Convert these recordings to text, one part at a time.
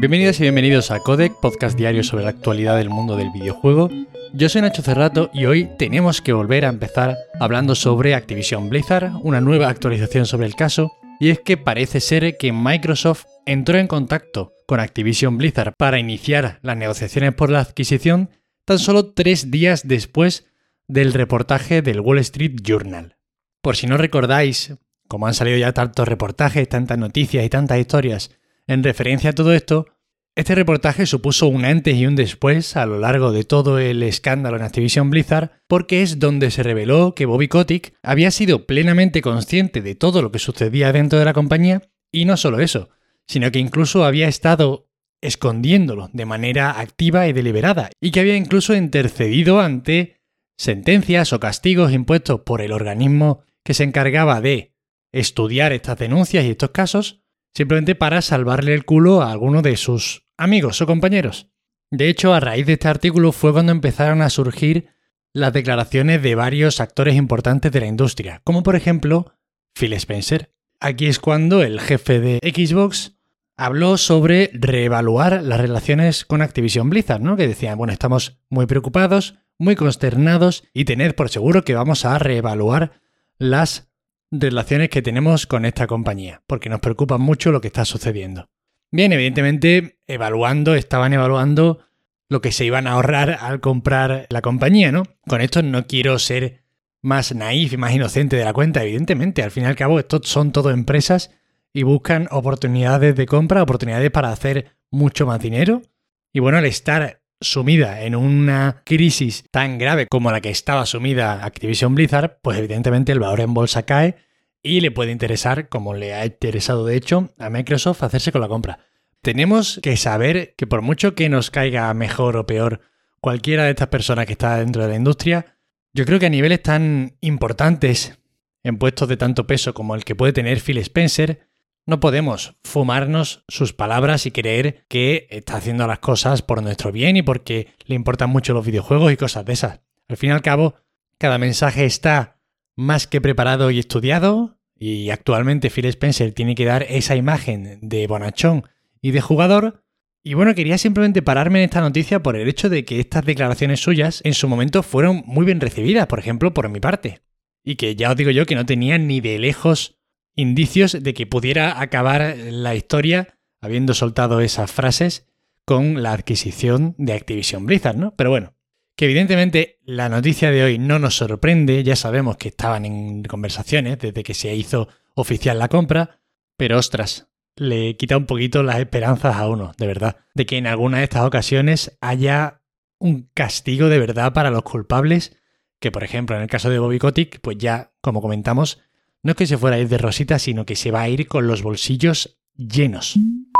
Bienvenidas y bienvenidos a Codec, podcast diario sobre la actualidad del mundo del videojuego. Yo soy Nacho Cerrato y hoy tenemos que volver a empezar hablando sobre Activision Blizzard, una nueva actualización sobre el caso, y es que parece ser que Microsoft entró en contacto con Activision Blizzard para iniciar las negociaciones por la adquisición tan solo 3 días después del reportaje del Wall Street Journal. Por si no recordáis, como han salido ya tantos reportajes, tantas noticias y tantas historias en referencia a todo esto, este reportaje supuso un antes y un después a lo largo de todo el escándalo en Activision Blizzard, porque es donde se reveló que Bobby Kotick había sido plenamente consciente de todo lo que sucedía dentro de la compañía, y no solo eso, sino que incluso había estado escondiéndolo de manera activa y deliberada, y que había incluso intercedido ante sentencias o castigos impuestos por el organismo que se encargaba de estudiar estas denuncias y estos casos, simplemente para salvarle el culo a alguno de sus amigos o compañeros. De hecho, a raíz de este artículo fue cuando empezaron a surgir las declaraciones de varios actores importantes de la industria, como por ejemplo Phil Spencer. Aquí es cuando el jefe de Xbox habló sobre reevaluar las relaciones con Activision Blizzard, ¿no? Que decían, bueno, estamos muy preocupados, muy consternados y tened por seguro que vamos a reevaluar las relaciones que tenemos con esta compañía, porque nos preocupa mucho lo que está sucediendo. Bien, evidentemente estaban evaluando lo que se iban a ahorrar al comprar la compañía, ¿no? Con esto no quiero ser más naif y más inocente de la cuenta, evidentemente, al fin y al cabo estos son todo empresas y buscan oportunidades de compra, oportunidades para hacer mucho más dinero. Y bueno, al estar sumida en una crisis tan grave como la que estaba sumida Activision Blizzard, pues evidentemente el valor en bolsa cae y le puede interesar, como le ha interesado de hecho a Microsoft, hacerse con la compra. Tenemos que saber que por mucho que nos caiga mejor o peor cualquiera de estas personas que está dentro de la industria, yo creo que a niveles tan importantes, en puestos de tanto peso como el que puede tener Phil Spencer, no podemos fumarnos sus palabras y creer que está haciendo las cosas por nuestro bien y porque le importan mucho los videojuegos y cosas de esas. Al fin y al cabo, cada mensaje está más que preparado y estudiado, y actualmente Phil Spencer tiene que dar esa imagen de bonachón y de jugador. Y bueno, quería simplemente pararme en esta noticia por el hecho de que estas declaraciones suyas en su momento fueron muy bien recibidas, por ejemplo, por mi parte. Y que ya os digo yo que no tenían ni de lejos indicios de que pudiera acabar la historia habiendo soltado esas frases con la adquisición de Activision Blizzard, ¿no? Pero bueno, que evidentemente la noticia de hoy no nos sorprende, ya sabemos que estaban en conversaciones desde que se hizo oficial la compra, pero ostras, le quita un poquito las esperanzas a uno, de verdad, de que en alguna de estas ocasiones haya un castigo de verdad para los culpables, que por ejemplo en el caso de Bobby Kotick, pues ya, como comentamos, no es que se fuera a ir de rosita, sino que se va a ir con los bolsillos llenos.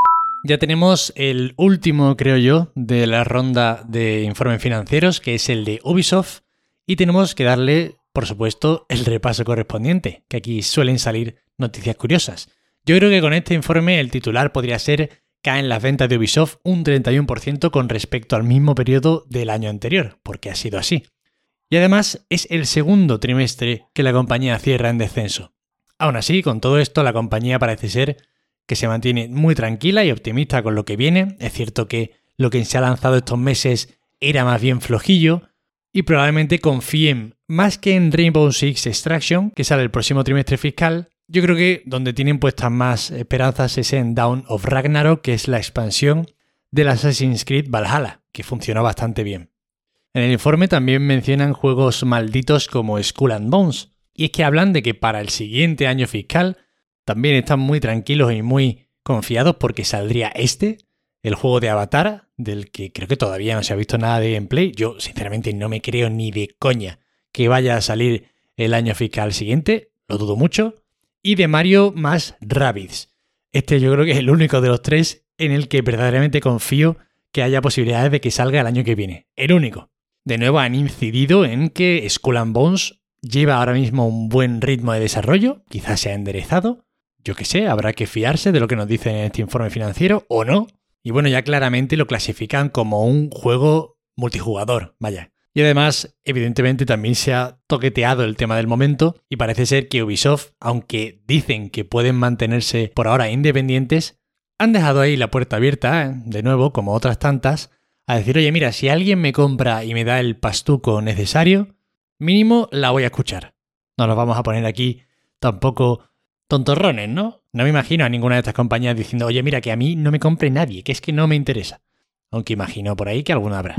Ya tenemos el último, creo yo, de la ronda de informes financieros, que es el de Ubisoft, y tenemos que darle, por supuesto, el repaso correspondiente, que aquí suelen salir noticias curiosas. Yo creo que con este informe el titular podría ser: caen las ventas de Ubisoft un 31% con respecto al mismo periodo del año anterior, porque ha sido así. Y además es el segundo trimestre que la compañía cierra en descenso. Aún así, con todo esto, la compañía parece ser que se mantiene muy tranquila y optimista con lo que viene. Es cierto que lo que se ha lanzado estos meses era más bien flojillo y probablemente confíen más que en Rainbow Six Extraction, que sale el próximo trimestre fiscal. Yo creo que donde tienen puestas más esperanzas es en Dawn of Ragnarok, que es la expansión del Assassin's Creed Valhalla, que funcionó bastante bien. En el informe también mencionan juegos malditos como Skull and Bones, y es que hablan de que para el siguiente año fiscal también están muy tranquilos y muy confiados porque saldría el juego de Avatar, del que creo que todavía no se ha visto nada de gameplay. Yo sinceramente no me creo ni de coña que vaya a salir el año fiscal siguiente, lo dudo mucho, y de Mario más Rabbids. Este yo creo que es el único de los tres en el que verdaderamente confío que haya posibilidades de que salga el año que viene. El único. De nuevo han incidido en que Skull and Bones lleva ahora mismo un buen ritmo de desarrollo, quizás se ha enderezado, yo qué sé, habrá que fiarse de lo que nos dicen en este informe financiero o no. Y bueno, ya claramente lo clasifican como un juego multijugador, vaya. Y además, evidentemente también se ha toqueteado el tema del momento y parece ser que Ubisoft, aunque dicen que pueden mantenerse por ahora independientes, Han dejado ahí la puerta abierta, de nuevo, como otras tantas, a decir, oye, mira, si alguien me compra y me da el pastuco necesario, mínimo la voy a escuchar. No nos vamos a poner aquí tampoco tontorrones, ¿no? No me imagino a ninguna de estas compañías diciendo, oye, mira, que a mí no me compre nadie, que es que no me interesa. Aunque imagino por ahí que alguna habrá.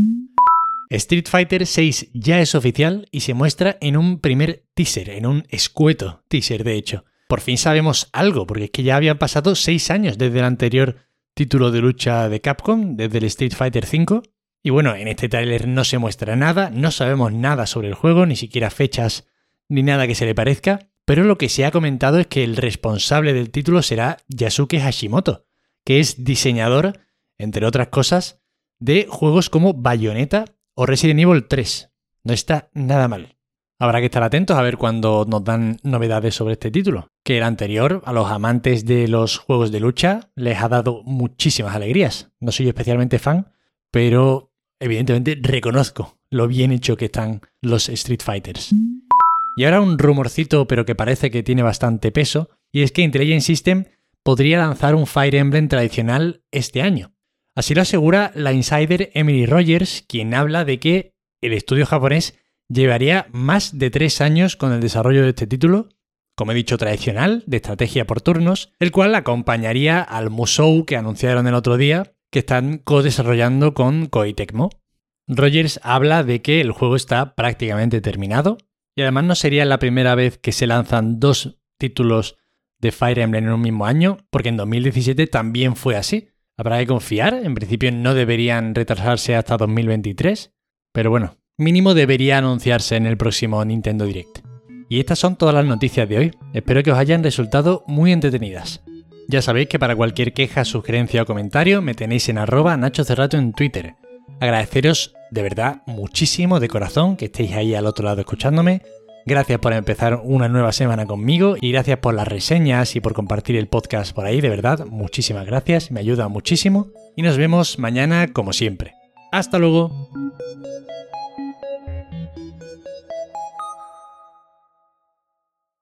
Street Fighter VI ya es oficial y se muestra en un primer teaser, en un escueto teaser de hecho. Por fin sabemos algo, porque es que ya habían pasado 6 años desde el anterior título de lucha de Capcom, desde el Street Fighter V. Y bueno, en este tráiler no se muestra nada, no sabemos nada sobre el juego, ni siquiera fechas ni nada que se le parezca, pero lo que se ha comentado es que el responsable del título será Yasuke Hashimoto, que es diseñador, entre otras cosas, de juegos como Bayonetta o Resident Evil 3. No está nada mal. Habrá que estar atentos a ver cuando nos dan novedades sobre este título, que el anterior, a los amantes de los juegos de lucha, les ha dado muchísimas alegrías. No soy especialmente fan, pero evidentemente reconozco lo bien hecho que están los Street Fighters. Y ahora un rumorcito, pero que parece que tiene bastante peso, y es que Intelligent System podría lanzar un Fire Emblem tradicional este año. Así lo asegura la insider Emily Rogers, quien habla de que el estudio japonés llevaría más de 3 años con el desarrollo de este título, como he dicho, tradicional, de estrategia por turnos, el cual acompañaría al Musou que anunciaron el otro día, que están co-desarrollando con Koei Tecmo. Rogers habla de que el juego está prácticamente terminado, y además no sería la primera vez que se lanzan 2 títulos de Fire Emblem en un mismo año, porque en 2017 también fue así. Habrá que confiar, en principio no deberían retrasarse hasta 2023, pero bueno, mínimo debería anunciarse en el próximo Nintendo Direct. Y estas son todas las noticias de hoy, espero que os hayan resultado muy entretenidas. Ya sabéis que para cualquier queja, sugerencia o comentario me tenéis en @NachoCerrato en Twitter. Agradeceros de verdad muchísimo de corazón que estéis ahí al otro lado escuchándome. Gracias por empezar una nueva semana conmigo y gracias por las reseñas y por compartir el podcast por ahí, de verdad, muchísimas gracias, me ayuda muchísimo y nos vemos mañana como siempre. ¡Hasta luego!